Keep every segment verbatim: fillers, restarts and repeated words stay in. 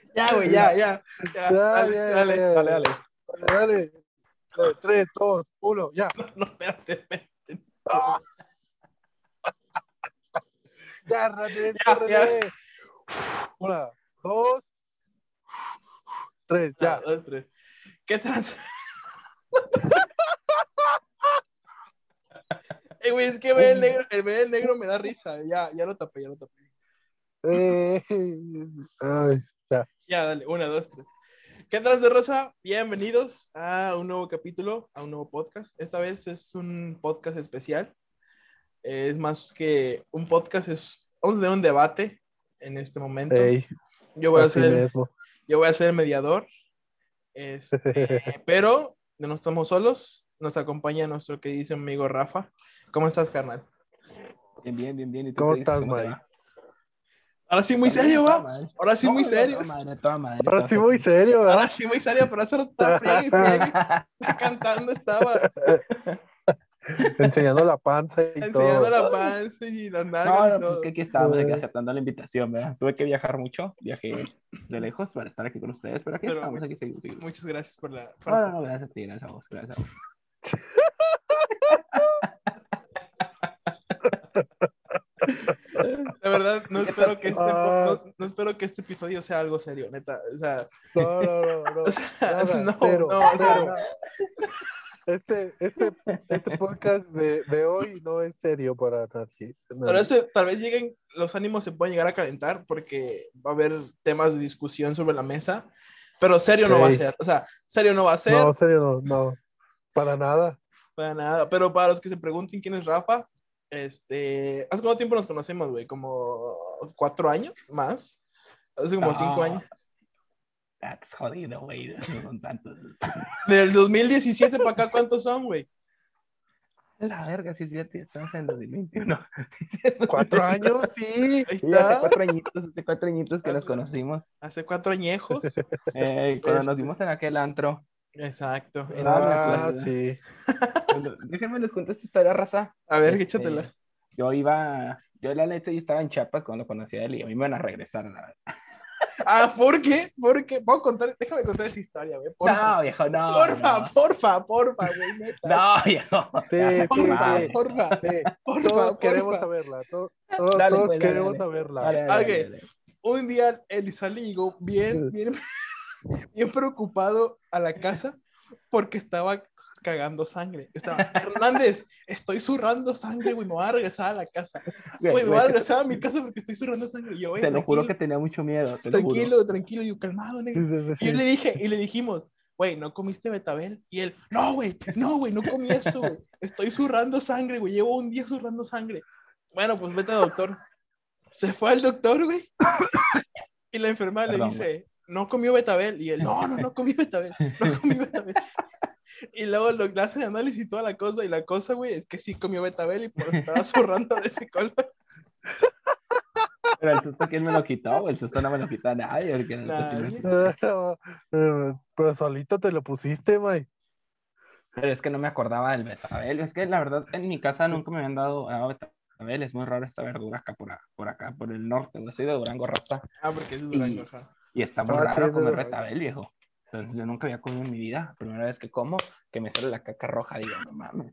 Ya, güey, ya, ya. Ya, Ya, dale, ya, dale. ya. Dale, dale. Dale, dale. Dale, tres, dos, uno, ya. No, espérate, espérate. ¡Ah! Ya, René, Ya, córrele. Una, dos, tres, Ya, ya. dos, tres. ¿Qué trans? Eh, güey, es que ve el negro, el ve el negro me da risa. Ya, ya lo tapé, ya lo tapé. Eh, ay, ya. Ya, dale, una, dos, tres. ¿Qué trans de raza? Bienvenidos a un nuevo capítulo, a un nuevo podcast. Esta vez es un podcast especial. Es más que un podcast, es, vamos a tener un debate en este momento. Ey, Yo voy a así ser el, mismo. yo voy a ser el mediador. Este, pero no estamos solos. Nos acompaña nuestro querido amigo Rafa. ¿Cómo estás, carnal? Bien, bien, bien, bien. ¿Y tú ¿Cómo qué dices? estás, ¿Cómo te Mike? va? Ahora sí, muy También, serio, toda ¿va? madre. Ahora sí, No, muy no, serio. toda madre, toda madre. Ahora toda sí, madre. muy serio, Ahora ¿verdad? sí, muy serio, pero hace rato estaba friegue, friegue. Cantando estaba, Enseñando la panza y enseñando todo. la panza y las nalgas No, y no, pues que todo. aquí estábamos aquí Eh, aceptando la invitación, ¿verdad? Tuve que viajar mucho, viajé de lejos para estar aquí con ustedes, pero aquí Pero estamos, güey, aquí seguimos, seguimos. muchas gracias por la por No, no, no, aceptar. gracias a ti, gracias a vos, gracias a vos. La verdad, no ¿Qué espero tal? que este po- ah, no, no espero que este episodio sea algo serio, neta. O sea, no, no, no, o no. sea, Nada, no, cero, no, o sea, cero. no. Este, este, este podcast de, de hoy no es serio para nadie. Tal nadie. vez, tal vez lleguen, los ánimos se pueden llegar a calentar porque va a haber temas de discusión sobre la mesa, pero serio no va a Ey, ser. O sea, serio no va a no, ser serio, no, no. Para nada. para nada. Pero para los que se pregunten quién es Rafa, este, ¿hace cuánto tiempo nos conocemos, güey? ¿Como cuatro años más? Hace como cinco No, años. estás jodido, güey, no son tantos. Del dos mil diecisiete para acá, ¿cuántos son, güey? La verga, sí, sí, estamos en dos mil veintiuno. ¿Cuatro años? Sí. Ahí Sí, hace está. cuatro añitos, hace cuatro añitos que nos Hace, conocimos. hace cuatro añejos. Eh, cuando nos Este, vimos en aquel antro. exacto. No, me Entonces, Ah, acuerdo. sí. Bueno, déjenme les cuento esta historia, raza. a ver, Este, échatela. yo iba, yo la neta, yo estaba en Chiapas cuando conocí a él y a mí me van a regresar, la verdad. Ah, ¿por qué? ¿Por qué? Puedo contar, déjame contar esa historia, güey. Porfa. No, viejo, no, Porfa, no. porfa, porfa, güey, neta. No, viejo. Sí, Ya, sí, tu Porfa, sí. madre. porfa, Sí. porfa, Todos queremos porfa. saberla. Todos, todos, Dale, todos pues, dale, queremos dale. saberla. Dale, dale, dale, Ok, dale. un día Elizalde llegó bien, bien, bien preocupado a la casa porque estaba cagando sangre. Estaba, Hernández, estoy zurrando sangre, güey, me voy a regresar a la casa. Güey, Güey, me voy güey, a que te, regresar a mi casa porque estoy zurrando sangre. Y yo, güey, te lo juro tranquilo, que tenía mucho miedo, te lo juro. tranquilo, tranquilo. Y yo, calmado, Sí, negro. sí, Y yo sí. le dije, y le dijimos, güey, ¿no comiste betabel? Y él, no, güey, no, güey, no comí eso, güey. Estoy zurrando sangre, güey. Llevo un día zurrando sangre. Bueno, pues vete al doctor. Se fue al doctor, güey. Y la enfermera le Perdón, güey. dice, no comió betabel. Y él, no, no, no comí betabel. No comí betabel. Y luego lo le hacen análisis y toda la cosa. Y la cosa, güey, es que sí comió betabel y por estaba zurrando de ese color. Pero el susto, ¿quién me lo quitó? El susto no me lo quitó a nadie, porque el susto sí me Nadie. asusté. Eh, Pero solito te lo pusiste, Mike. Pero es que no me acordaba del betabel. Es que la verdad, en mi casa nunca me habían dado, dado betabel. Es muy raro esta verdura acá por, a- por acá, por el norte. Yo soy de Durango, raza. Ah, porque es de Durango, Y, ajá. y está muy Ah, sí, raro es de comer Durango. betabel, viejo. Entonces yo nunca había comido en mi vida. Primera vez que como, que me sale la caca roja, digo, no mames.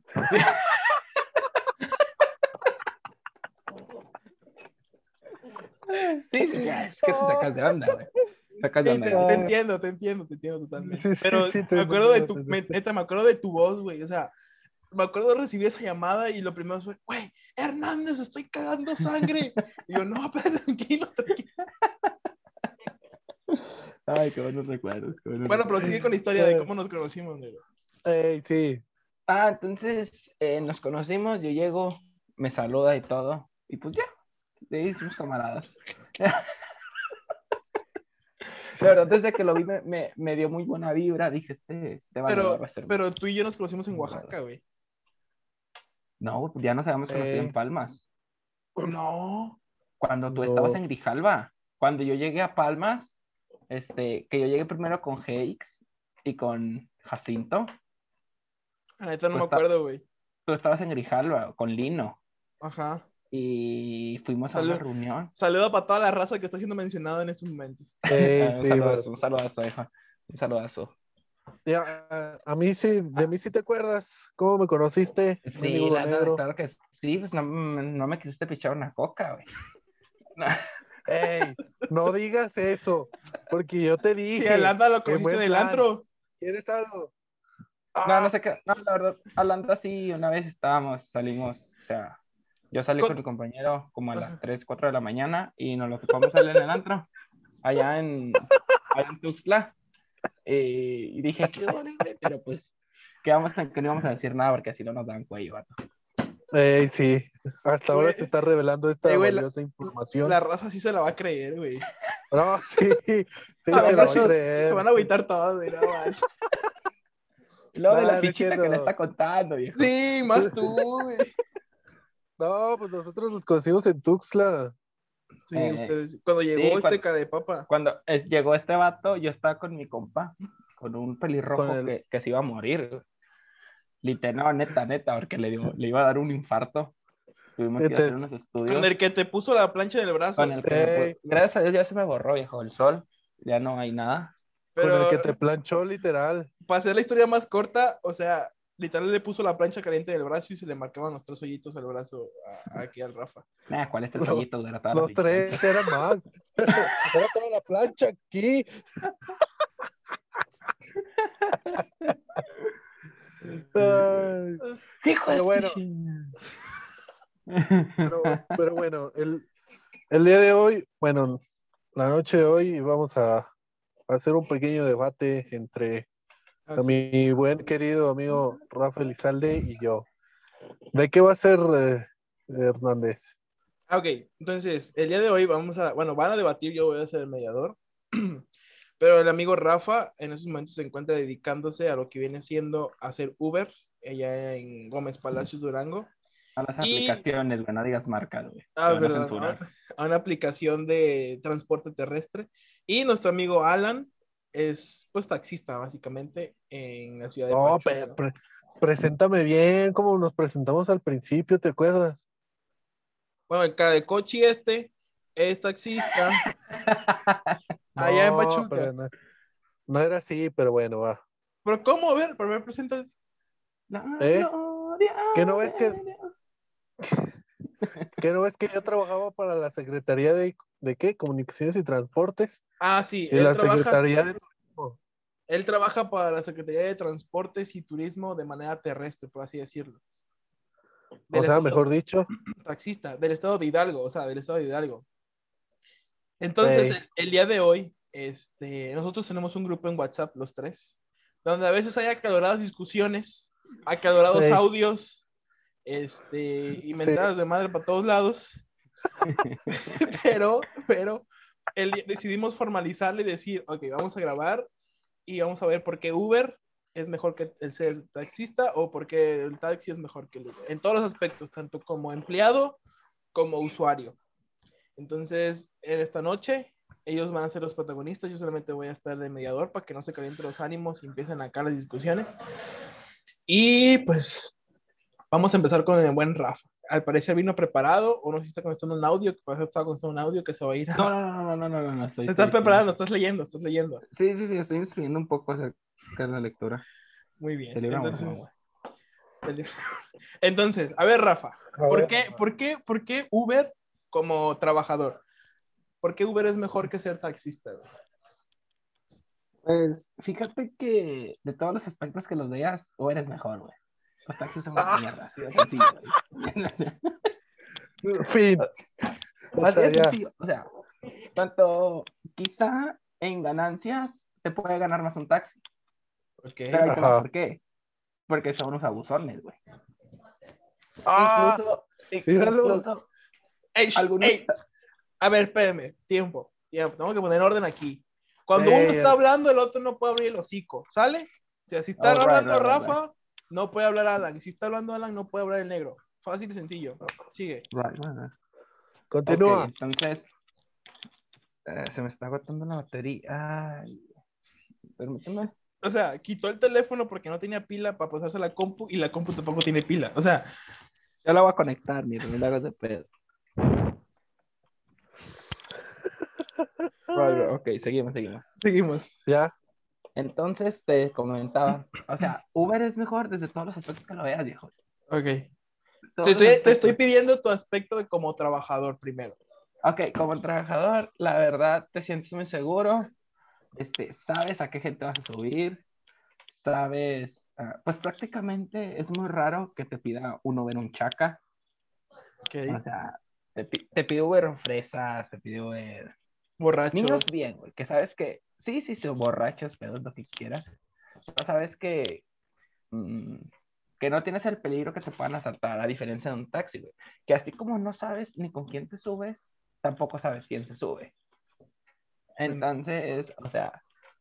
Sí, sí, ya, es que te sacas de onda, güey. Sacas de Sí, onda, te, te güey. entiendo, te entiendo, te entiendo totalmente. Sí, sí, Pero sí, te me acuerdo de entiendo, tu, te me- entiendo. neta, me acuerdo de tu voz, güey. O sea, me acuerdo de recibir esa llamada y lo primero fue, güey, Hernández, estoy cagando sangre. Y yo, no, pero tranquilo, tranquilo. Ay, qué buenos recuerdos, qué buenos Bueno, pero recuerdos. sigue con la historia de cómo nos conocimos, negro. Ey, sí. Ah, entonces eh, nos conocimos, yo llego, me saluda y todo, y pues ya, de ahí somos camaradas. La verdad, desde que lo vi me, me, me dio muy buena vibra, dije, este, este valedor Pero, va a ser pero tú y yo nos conocimos en muy raro. Oaxaca, güey. No, ya nos habíamos conocido Ey, en Palmas, No. cuando tú estabas no. en Grijalva, cuando yo llegué a Palmas, este, que yo llegué primero con G X y con Jacinto, La neta no tú, me esta- acuerdo, güey. tú estabas en Grijalva con Lino. Ajá. y fuimos a Salud. una reunión. Saludo para toda la raza que está siendo mencionada en estos momentos. Ey, Eh, un sí, saludazo, bueno. un saludazo, hijo. Un saludazo. Ya, a, a mí sí, de mí sí te acuerdas. ¿Cómo me conociste, Sí, mendigo la neta, negro? claro que sí, pues no, me- no me quisiste pichar una coca, güey. Ey, no digas eso, porque yo te Sí, al dije, Anda lo en conociste buen en el plan, antro. ¿quieres algo? No, no Ah, sé qué, no, la verdad, hablando así, una vez estábamos, salimos, o sea, yo salí con Con- mi compañero como a las Ajá. tres cuatro de la mañana y nos lo topamos a él en el antro, allá en, allá en Tuxtla, eh, y dije, qué horrible, pero pues, quedamos en que no íbamos a decir nada porque así no nos dan cuello, vato. ey, sí, hasta ahora Güey, se está revelando esta eh, güey, la, valiosa información. la raza sí se la va a creer, güey. No, sí, sí, A se ver, la no, va a sí, se creer. van a agüitar todos, güey, no manches. Y luego de la Nada, no es fichita que le cierto. está contando, viejo. Sí, más tú, güey. No, pues nosotros los conocimos en Tuxtla. Sí, Eh, ustedes. Cuando llegó sí, este cuando, cara de papa. cuando eh, llegó este vato, yo estaba con mi compa, con un Con pelirrojo el, que, que se iba a morir, güey. Literal, no, neta, neta, porque le, dio, le iba a dar un infarto. Tuvimos que ir a hacer este, unos Con estudios el que te puso la plancha en el con brazo. el que me pu- ey, gracias a Dios ya se me borró, viejo, el sol. Ya no hay nada. con el Pero que te planchó literal. para hacer la historia más corta, o sea, literal le puso la plancha caliente en el brazo y se le marcaban los tres hoyitos al brazo a- aquí al Rafa. Nah, ¿cuál es el Los, pollito? Era toda la los pinche plancha. tres eran más. Era toda la plancha aquí. Ay, Hijo de pero su bueno, chingada. pero, pero bueno, el, el día de hoy, bueno, la noche de hoy vamos a hacer un pequeño debate entre a Así. mi buen querido amigo Rafa Elizalde y yo. ¿De qué va a ser eh, Hernández? Ah, ok, entonces el día de hoy vamos a, bueno, van a debatir, yo voy a ser el mediador, pero el amigo Rafa en esos momentos se encuentra dedicándose a lo que viene siendo hacer Uber, allá en Gómez Palacios, Durango, A las y, aplicaciones, güey, no digas marcas, güey. ah, Te van a verdad, ¿no? censurar. A una aplicación de transporte terrestre, y nuestro amigo Alan es, pues, taxista, básicamente, en la ciudad de No, pe- Pachuca. pre- preséntame bien, como nos presentamos al principio, ¿te acuerdas? Bueno, el cara de coche este es taxista allá en No, Pachuca. pero no, no era así, pero bueno, va. Pero ¿cómo? A ver, pero me presentas. La ¿Eh? gloria ¿Qué no ves que, de Dios. qué no ves que yo trabajaba para la Secretaría de, ¿de qué? Comunicaciones y Transportes Ah, sí, y él la trabaja, Secretaría de Turismo. él trabaja para la Secretaría de Transportes y Turismo de manera terrestre, por así decirlo. O Del sea, estado, mejor dicho, taxista, del estado de Hidalgo, o sea, del estado de Hidalgo. Entonces, ey, el, el día de hoy, este, nosotros tenemos un grupo en WhatsApp, los tres, donde a veces hay acaloradas discusiones, acalorados ey, audios, este, sí, inventadas de madre para todos lados, pero, pero, el, decidimos formalizarle y decir, ok, vamos a grabar y vamos a ver por qué Uber es mejor que el ser taxista o por qué el taxi es mejor que el Uber. En todos los aspectos, tanto como empleado como usuario. Entonces, en esta noche, ellos van a ser los protagonistas. Yo solamente voy a estar de mediador para que no se calienten los ánimos y empiecen acá las discusiones. Y pues, vamos a empezar con el buen Rafa. Al parecer vino preparado, o no sé si está contestando un audio, que por eso estaba contestando un audio que se va a ir No, a... no, no, no, no, no, no, estoy, Estás estoy, estoy preparando, instru- estás leyendo, estás leyendo. Sí, sí, sí, estoy instruyendo un poco acerca de la lectura Muy bien. del libro Mormón, Entonces, güey. entonces, a ver, Rafa, a ¿por ver, qué, por qué, por qué Uber como trabajador? ¿Por qué Uber es mejor que ser taxista? Güey? Pues fíjate que de todos los aspectos que los veas, o eres mejor, güey. Los taxis son una ah, mierda, así de sencillo, güey. fin, o Así sea, de ya, sencillo, o sea, tanto quizá en ganancias te puede ganar más un taxi, Ok. pero ahí te va, ajá, ¿por qué? Porque son unos abusones, güey. ah, Incluso, i- míralo, incluso Ey, sh, algunos, ey. A ver, espérame, tiempo, tiempo, tengo que poner orden aquí. Cuando uno ey, está hablando, el otro no puede abrir el hocico, ¿sale? O sea, si está oh, right, hablando right, right, right, Rafa, no puede hablar Alan. Si está hablando Alan, no puede hablar el negro. Fácil y sencillo. Sigue. right, right, right. Ok, continúa. entonces, eh, se me está agotando la batería. Ay, permíteme. O sea, quitó el teléfono porque no tenía pila para pasarse a la compu y la compu tampoco tiene pila. O sea, Yo la voy a conectar, mira, no le hagas de pedo. Right, ok, seguimos, seguimos. Seguimos. Ya. Entonces te comentaba, o sea, Uber es mejor desde todos los aspectos que lo veas, viejo. Ok. Todos Te los estoy, te estoy aspectos. pidiendo tu aspecto de como trabajador primero. Ok, como trabajador, la verdad te sientes muy seguro, este, sabes a qué gente vas a subir, sabes, ah, pues prácticamente es muy raro que te pida un Uber un chaca, o Ok. sea, te, pi- te pide Uber fresas, te pide Uber Borrachos. niños bien, güey, que sabes que, sí, sí, son borrachos, pedos, lo que quieras, pero sabes que, mm, que no tienes el peligro que te puedan asaltar, a diferencia de un taxi, güey, que así como no sabes ni con quién te subes, tampoco sabes quién se sube. Bueno, Entonces, o sea,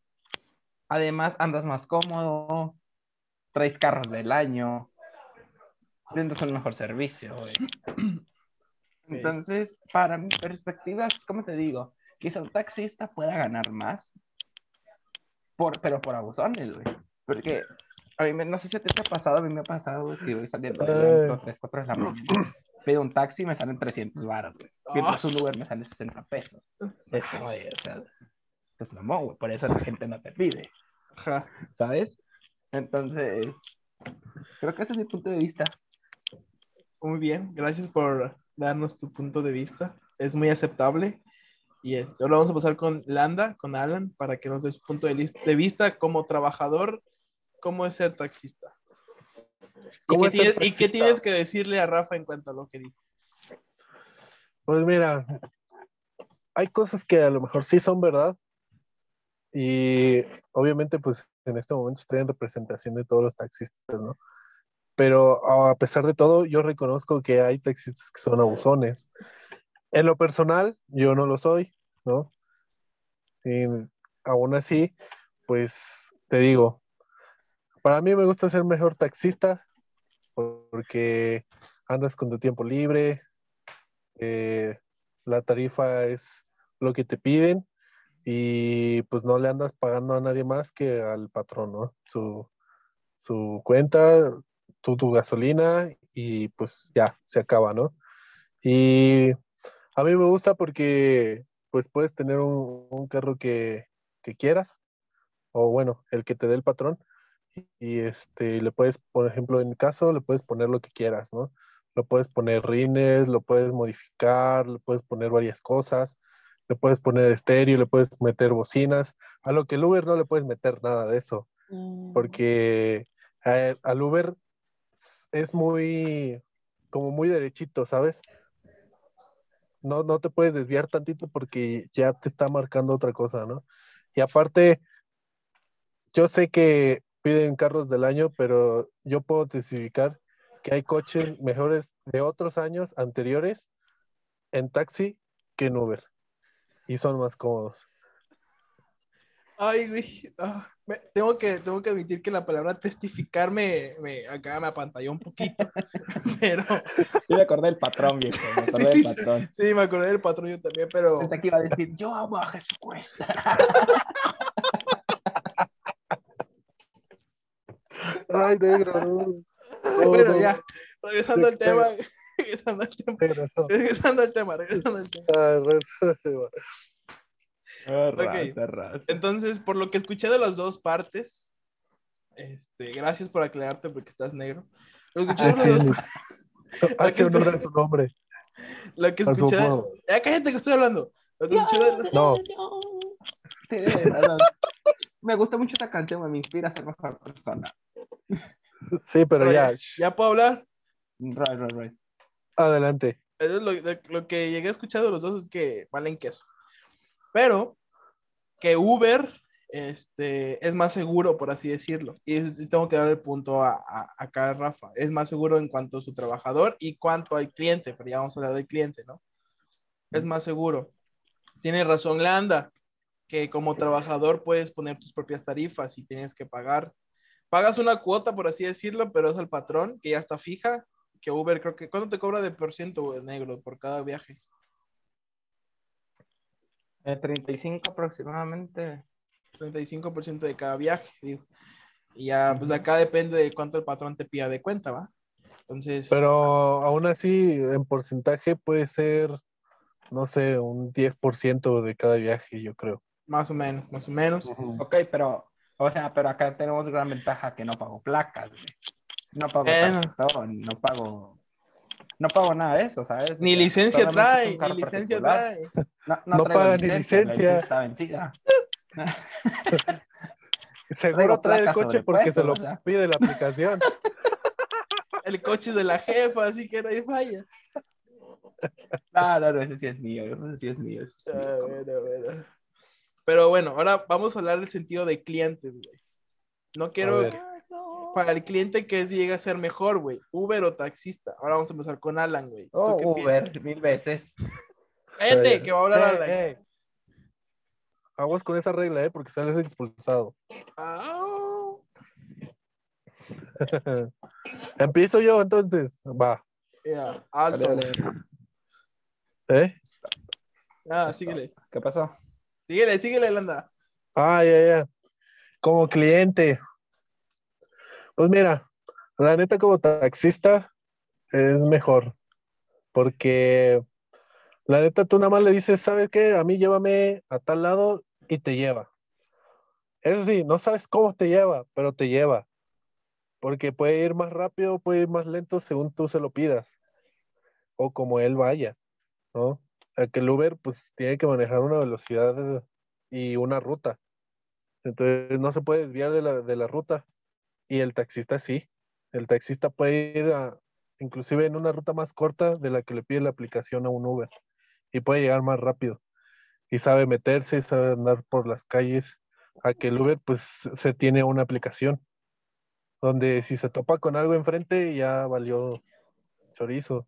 además andas más cómodo, traes carros del año, brindas un mejor servicio, güey. ok. Entonces, para mi perspectiva, es como te digo, quizá un taxista pueda ganar más, por, pero por abusones, güey. Porque a mí, me- no sé si a ti te ha pasado, a mí me ha pasado, güey, que voy saliendo del Eh, antro tres, cuatro de la mañana, pido un taxi y me salen trescientos baros, güey. Ah, Mientras un Uber me sale sesenta pesos. Es como de, o sea, es mamón, güey, por eso la gente no te pide, ajá. ¿sabes? Entonces, creo que ese es mi punto de vista. Muy bien. Gracias por darnos tu punto de vista. Es muy aceptable. Y este, ahora vamos a pasar con Landa, con Alan, para que nos dé su punto de, lis- de vista como trabajador, cómo es ser taxista. ¿Y ¿Cómo qué, es ser tienes, ¿Y qué taxista? tienes que decirle a Rafa en cuanto a lo que dijo? Pues mira, hay cosas que a lo mejor sí son verdad y obviamente pues en este momento estoy en representación de todos los taxistas, ¿no? Pero a pesar de todo, yo reconozco que hay taxistas que son abusones. En lo personal, yo no lo soy, ¿no? Y aún así, pues te digo, para mí me gusta ser mejor taxista porque andas con tu tiempo libre, eh, la tarifa es lo que te piden y pues no le andas pagando a nadie más que al patrón, ¿no? Su, su cuenta, tu, tu gasolina y pues ya, se acaba, ¿no? Y a mí me gusta porque pues puedes tener un, un carro que, que quieras, o bueno, el que te dé el patrón, y este, le puedes, por ejemplo, en mi caso, le puedes poner lo que quieras, ¿no? Lo puedes poner rines, lo puedes modificar, le puedes poner varias cosas, le puedes poner estéreo, le puedes meter bocinas, a lo que el Uber no le puedes meter nada de eso, porque eh, al Uber es muy, como muy derechito, ¿sabes? No, no te puedes desviar tantito porque ya te está marcando otra cosa, ¿no? Y aparte, yo sé que piden carros del año, pero yo puedo testificar que hay coches mejores de otros años anteriores en taxi que en Uber y son más cómodos. Ay, güey. Ah, me- tengo, que, tengo que admitir que la palabra testificar me, me, acá me apantalló un poquito. Pero Yo me acordé del patrón, viejo, me sí, acordé del sí, sí, patrón. sí, me acordé del patrón yo también, pero Pensé que iba a decir, yo amo a Jesucristo. Ay, negro, no, no, bueno, no, ya, regresando de al tema, regresando al tema, negro, no. regresando al tema, regresando al tema. Ay, rezo- Ah, Ok, raza, raza. entonces, por lo que escuché de las dos partes, este, gracias por aclararte porque estás negro. Lo que escuché Sí, de las sí, dos, le lo que, hace honor a escu- su nombre, lo que a su escuché, apodo. ya cállate que estoy hablando. Lo que escuché de, No, Tienes razón. Me gusta mucho esta canción, me inspira a ser mejor persona. sí, pero bueno, ya, ya, shh, ya puedo hablar. Right, right, right. adelante. Eso es lo, de- lo que llegué a escuchar de los dos es que valen queso. Pero que Uber este, es más seguro, por así decirlo. Y, es- y tengo que dar el punto a, a, acá a Rafa. Es más seguro en cuanto a su trabajador y cuanto al cliente, pero ya vamos a hablar del cliente, ¿no? Es más seguro. Tiene razón Landa, que como trabajador puedes poner tus propias tarifas y tienes que pagar. Pagas una cuota, por así decirlo, pero es al patrón, que ya está fija, que Uber creo que... ¿Cuánto te cobra de por ciento, negro, por cada viaje? Eh, treinta y cinco aproximadamente. treinta y cinco por ciento de cada viaje, digo. Y ya, pues Ujú. acá depende de cuánto el patrón te pida de cuenta, ¿va? Entonces, Pero aún así, en porcentaje puede ser no sé, un diez por ciento de cada viaje, yo creo. Más o menos, más o menos. Ujú. Ok, pero, o sea, pero acá tenemos gran ventaja que no pago placas, güey. No pago Bueno, tarjetón, no pago, no pago nada de eso, ¿sabes? O ni sea, licencia solamente es un trae, ni carro licencia particular. trae. No, no No traigo paga ni licencia, la licencia licencia. está vencida. Seguro Traigo trae el placas coche porque se sobrepuestos, o lo sea. pide la aplicación. El coche es de la jefa, así que no hay falla. No, no, no, ese sí es mío, ese sí es mío, ese sí es mío. Ah, bueno, bueno. Pero bueno, ahora vamos a hablar del sentido de clientes, güey. No A quiero ver, que- para el cliente que llega a ser mejor, güey. Uber o taxista. Ahora vamos a empezar con Alan, güey. ¿Tú Oh, qué piensas? Uber, mil veces. Cállate, que va a hablar eh, Alan. eh, aguas con esa regla, ¿eh? Porque sales expulsado. Ah, Empiezo yo entonces. Va. ya, Dale, alto. dale. ¿Eh? Ah, síguele. ¿Qué pasó? Síguele, síguele, Landa. Ah, ya, ya. Como cliente. Pues mira, la neta como taxista es mejor. Porque la neta tú nada más le dices, ¿sabes qué? A mí llévame a tal lado y te lleva. Eso sí, no sabes cómo te lleva, pero te lleva. Porque puede ir más rápido, puede ir más lento según tú se lo pidas. O como él vaya, ¿no? A que el Uber pues tiene que manejar una velocidad y una ruta. Entonces no se puede desviar de la, de la ruta. Y el taxista sí. El taxista puede ir a, inclusive en una ruta más corta de la que le pide la aplicación a un Uber. Y puede llegar más rápido. Y sabe meterse, sabe andar por las calles. A que el Uber pues se tiene una aplicación. Donde si se topa con algo enfrente ya valió chorizo.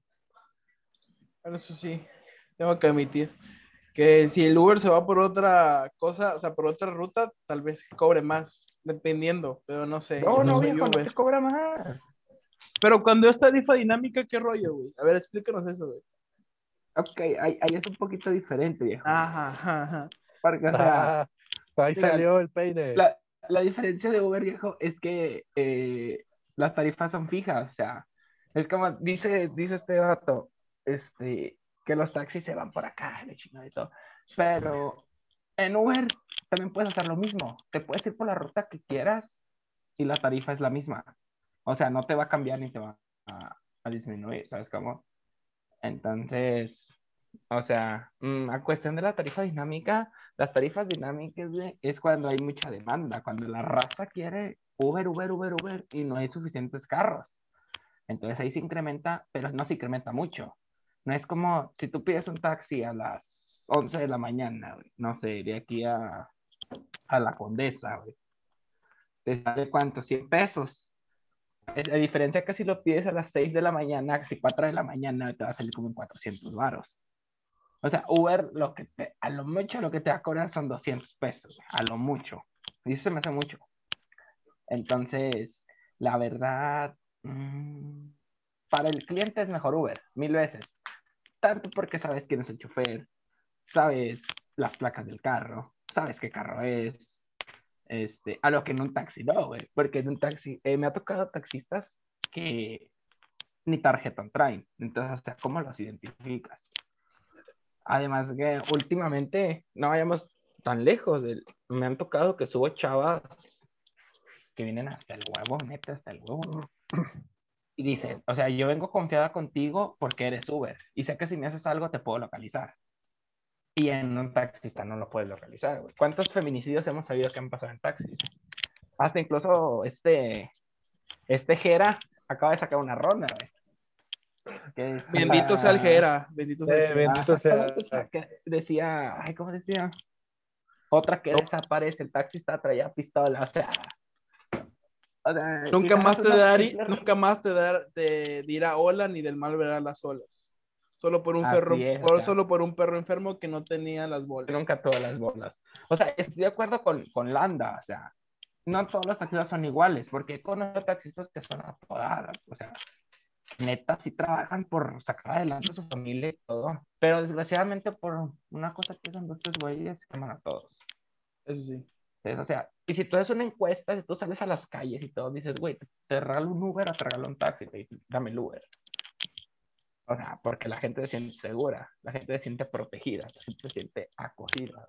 Bueno, eso sí, tengo que admitir que si el Uber se va por otra cosa, o sea, por otra ruta, tal vez cobre más, dependiendo, pero no sé, yo No, no no, soy viejo, no te Uber. cobra más. Pero cuando es tarifa dinámica, ¿qué rollo, güey? A ver, explícanos eso, güey. Ok, ahí, ahí es un poquito diferente, viejo. Ajá, ajá, ajá. Porque, o sea, Ah, ahí mira, salió el peine. la, la diferencia de Uber, viejo, es que eh, las tarifas son fijas. O sea, es como dice, dice este dato, este, que los taxis se van por acá, de chingada y todo. Pero en Uber también puedes hacer lo mismo. Te puedes ir por la ruta que quieras y la tarifa es la misma. O sea, no te va a cambiar ni te va a, a disminuir, ¿sabes cómo? Entonces, o sea, mm, a cuestión de la tarifa dinámica, las tarifas dinámicas güey, es cuando hay mucha demanda, cuando la raza quiere Uber, Uber, Uber, Uber y no hay suficientes carros. Entonces ahí se incrementa, pero no se incrementa mucho. No es como si tú pides un taxi a las once de la mañana, güey, no sé, de aquí a, a la Condesa, güey. ¿Te sale cuánto? Cien pesos. Es- La diferencia es que si lo pides a las seis de la mañana, casi cuatro de la mañana, te va a salir como en cuatrocientos varos. O sea, Uber, lo que te, a lo mucho lo que te va a cobrar son doscientos pesos, a lo mucho. Y eso se me hace mucho. Entonces, la verdad, mmm, para el cliente es mejor Uber, mil veces. Tanto porque sabes quién es el chofer, sabes las placas del carro, sabes qué carro es, este, a lo que en un taxi no, güey. Porque en un taxi, eh, me ha tocado taxistas que ni tarjetón traen. Entonces, o sea, ¿cómo los identificas? Además que últimamente no vayamos tan lejos. del- me han tocado que subo chavas que vienen hasta el huevo, neta, hasta el huevo. Y dicen, o sea, yo vengo confiada contigo porque eres Uber. Y sé que si me haces algo te puedo localizar. Y en un taxista no lo puedes localizar, güey. ¿Cuántos feminicidios hemos sabido que han pasado en taxis? Hasta incluso este, este Jera acaba de sacar una ronda, güey. Que Bendito sea el decía, Jera, bendito sea el Eh, Jera. ah, bendito sea. exactamente, o sea, que decía, ay, ¿cómo decía? Otra que No, desaparece, el taxista traía pistola, o sea, o sea, si Nunca me das más te una dar, simple... nunca más te dar, te dirá hola ni del mal verá las olas. Solo por un Así perro, es, o por- sea, solo por un perro enfermo que no tenía las bolas. nunca todas las bolas. O sea, estoy de acuerdo con, con Landa, o sea, no todos los taxistas son iguales, porque conozco taxistas que son apodadas, o sea, neta, sí trabajan por sacar adelante a su familia y todo, pero desgraciadamente por una cosa que son dos, tres güeyes, queman a todos. Eso sí. Entonces, o sea, y si tú haces una encuesta, si tú sales a las calles y todo, dices, güey, te, te regalo un Uber o te regalo un taxi, te dicen, dame el Uber. O sea, porque la gente se siente segura, la gente se siente protegida, la gente se siente acogida.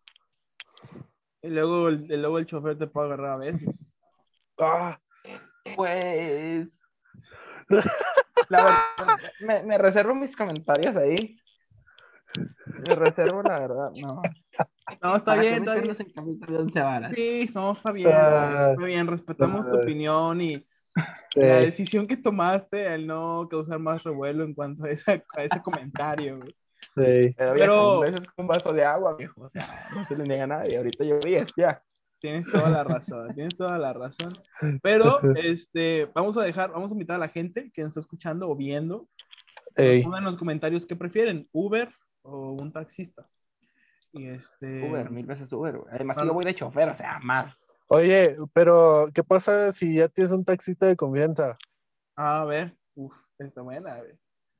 Y luego, el- y luego el chofer te puede agarrar a veces. Ah, Pues, la verdad, me, me reservo mis comentarios ahí. Me reservo, la verdad, no. No, está ¿Para qué bien, está bien. meternos en camisas de once varas? Sí, no, está bien, ah, está bien, respetamos tu ah, opinión y la sí. decisión que tomaste al no causar más revuelo en cuanto a, esa, a ese comentario, güey. Sí. Pero viejo, un Pero beso es un vaso de agua, viejo. O sea, no se le niega a nadie. Ahorita yo vi ya. tienes toda la razón, tienes toda la razón. Pero, este, vamos a dejar, vamos a invitar a la gente que nos está escuchando o viendo, que nos Ey, pongan en los comentarios qué prefieren, Uber o un taxista. Y este, Uber, mil veces Uber, güey. Además, si yo para- voy de chofer, o sea, más. oye, pero ¿qué pasa si ya tienes un taxista de confianza? a ver, uf, está buena, güey.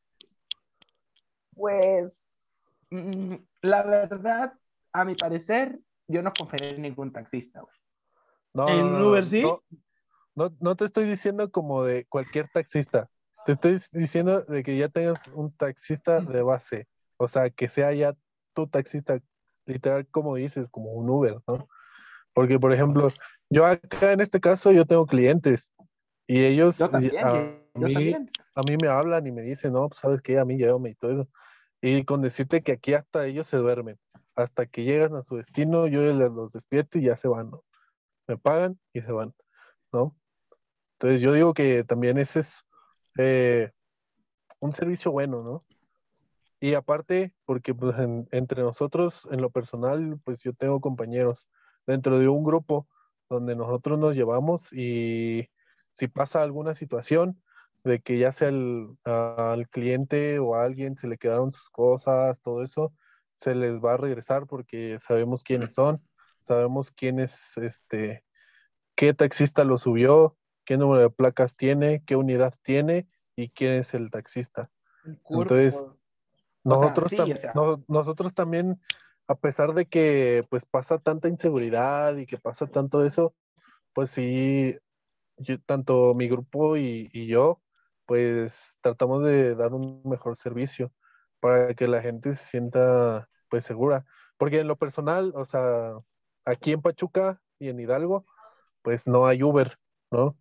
Pues, mm, la verdad, a mi parecer, yo no confiaría en ningún taxista, güey. No, no, En no, Uber, no, ¿sí? no, no, no te estoy diciendo como de cualquier taxista. Te estoy diciendo de que ya tengas un taxista de base. O sea, que sea ya tu taxista, literal, como dices, como un Uber, ¿no? Porque, por ejemplo, yo acá en este caso, yo tengo clientes y ellos Yo y también, a yo, yo mí, también. a mí me hablan y me dicen, no, pues sabes qué, a mí llévame y todo eso. Y con decirte que aquí hasta ellos se duermen. Hasta que llegan a su destino, yo les- los despierto y ya se van, ¿no? Me pagan y se van, ¿no? Entonces yo digo que también ese es eh, un servicio bueno, ¿no? Y aparte, porque pues en- entre nosotros, en lo personal, pues yo tengo compañeros dentro de un grupo donde nosotros nos llevamos y si pasa alguna situación de que ya sea el- al cliente o a alguien se le quedaron sus cosas, todo eso, se les va a regresar porque sabemos quiénes son, sabemos quién es, este, qué taxista lo subió, qué número de placas tiene, qué unidad tiene y quién es el taxista. El Entonces, cuerpo. O sea, nosotros, sí, tam- o sea, no- nosotros también, a pesar de que pues pasa tanta inseguridad y que pasa tanto eso, pues sí, yo- tanto mi grupo y, y yo, pues tratamos de dar un mejor servicio para que la gente se sienta pues segura. Porque en lo personal, o sea, aquí en Pachuca y en Hidalgo, pues no hay Uber, ¿no?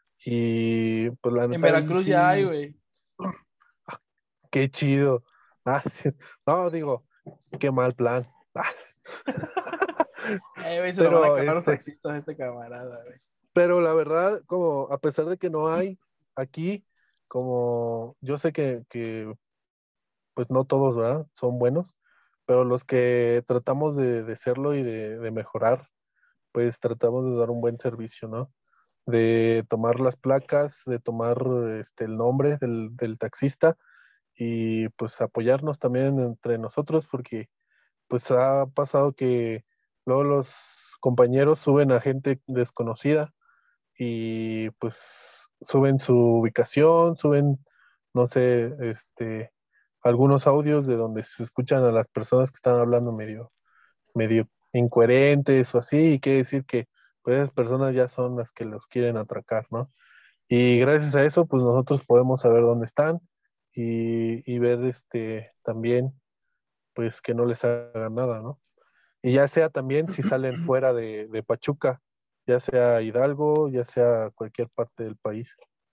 Y pues la En neta ahí Veracruz ya hay, sí, güey. qué chido. Ah, sí. No, digo, qué mal plan. Ah, Eh, güey, se lo van a Pero acabar los este, taxistas a este camarada, güey. pero la verdad, como a pesar de que no hay aquí, como yo sé que, que pues no todos, ¿verdad? Son buenos, pero los que tratamos de, de serlo y de, de mejorar, pues tratamos de dar un buen servicio, ¿no? De tomar las placas, de tomar este, el nombre del, del taxista y pues apoyarnos también entre nosotros porque pues ha pasado que luego los compañeros suben a gente desconocida y pues suben su ubicación, suben, no sé, este, algunos audios de donde se escuchan a las personas que están hablando medio, medio incoherentes o así, y quiere decir que pues esas personas ya son las que los quieren atracar, ¿no? Y gracias a eso, pues nosotros podemos saber dónde están y, y ver este también, pues que no les hagan nada, ¿no? Y ya sea también si salen fuera de, de Pachuca, ya sea Hidalgo, ya sea cualquier parte del país.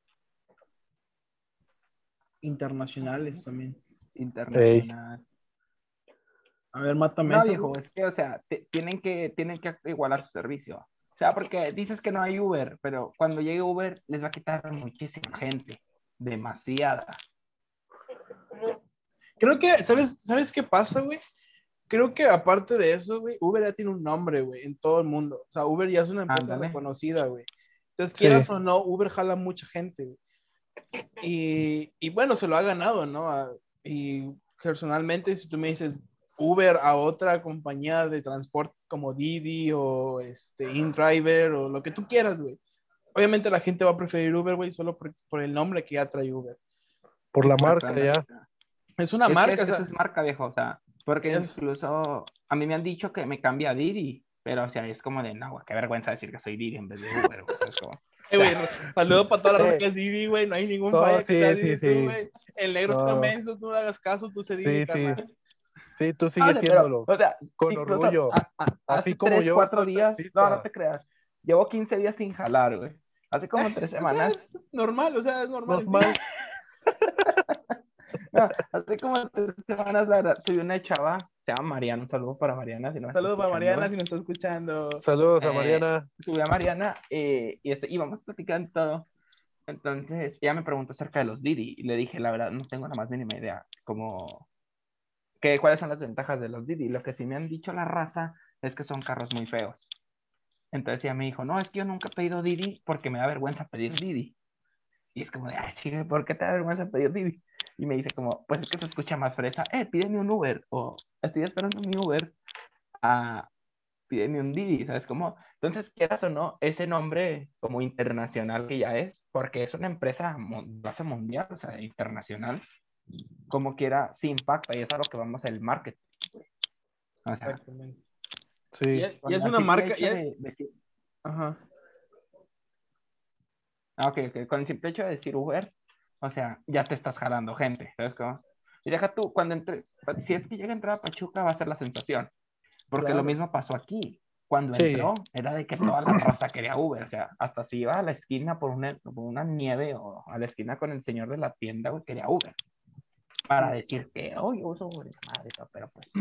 Internacionales también. Ey, internacional. A ver, mátame No, esa, güey. viejo, es que, o sea, te- tienen que, tienen que igualar su servicio. O sea, porque dices que no hay Uber, pero cuando llegue Uber les va a quitar muchísima gente. Demasiada. Creo que, ¿sabes, ¿sabes qué pasa, güey? Creo que aparte de eso, güey, Uber ya tiene un nombre, güey, en todo el mundo. O sea, Uber ya es una empresa Ándale. reconocida, güey. Entonces, sí, quieras o no, Uber jala mucha gente, güey. Y, y bueno, se lo ha ganado, ¿no? A- y personalmente, si tú me dices Uber a otra compañía de transportes como Didi o este, InDriver o lo que tú quieras, güey. Obviamente la gente va a preferir Uber, güey, solo por, por el nombre que ya trae Uber. por la Exacto, marca ándale. ya. O sea, Es una es que marca, es- o eso sea, es marca, viejo. O sea, porque es, incluso a mí me han dicho que me cambia a Didi, pero o sea, es como de, no, güey, qué vergüenza decir que soy Didi en vez de Uber, güey. ¿Sabes cómo? Eh, güey, saludo para toda la raza Eh. que es Didi, güey. No hay ningún No, falla que sí, sea sí, Didi, sí. tú, güey. El negro está No. menso, tú no le hagas caso, tú se Didi, Sí, sí. carnal. Sí, tú No sigues sé, pero, siéndolo. o sea, Con incluso orgullo. a- a- Así hace como tres, yo cuatro soy días, no, no taxista. te creas. Llevo quince días sin jalar, güey. Hace como tres O sea, semanas. es normal, o sea, es normal en ti. Normal. No, hace como tres semanas, la verdad, subí una chava, se llama Mariana, un saludo para Mariana, si no me está Saludos para escuchando. Mariana si nos está escuchando. Saludos a Eh, Mariana. subí a Mariana eh, y este, íbamos platicando todo. Entonces, ella me preguntó acerca de los Didi y le dije, la verdad, no tengo la más mínima idea, como, que, cuáles son las ventajas de los Didi. Lo que sí me han dicho la raza es que son carros muy feos. Entonces ella me dijo, no, es que yo nunca he pedido Didi porque me da vergüenza pedir Didi. Y es como de, ay, chido, ¿por qué te da vergüenza pedir Didi? Y me dice como, pues es que se escucha más fresa, eh, pídeme un Uber, o estoy esperando mi Uber, a pídeme un Didi, ¿sabes cómo? Entonces, quieras o no, ese nombre como internacional que ya es, porque es una empresa de base mundial, o sea, internacional, como quiera, sí impacta, y es a lo que vamos al marketing. O sea, Exactamente. Y Sí. es, y con es el una simple marca. hecho Y es... de decir, Ajá. ah, ok, ok, con el simple hecho de decir Uber, o sea, ya te estás jalando gente, ¿sabes cómo? Y deja tú, cuando entres, si es que llega a entrar a Pachuca, va a ser la sensación, porque lo Claro. mismo pasó aquí. Cuando Sí. entró, era de que toda la raza quería Uber, o sea, hasta si iba a la esquina por una, por una nieve o a la esquina con el señor de la tienda, güey, quería Uber, para decir que, oh, yo uso Uber, madre, pero pues,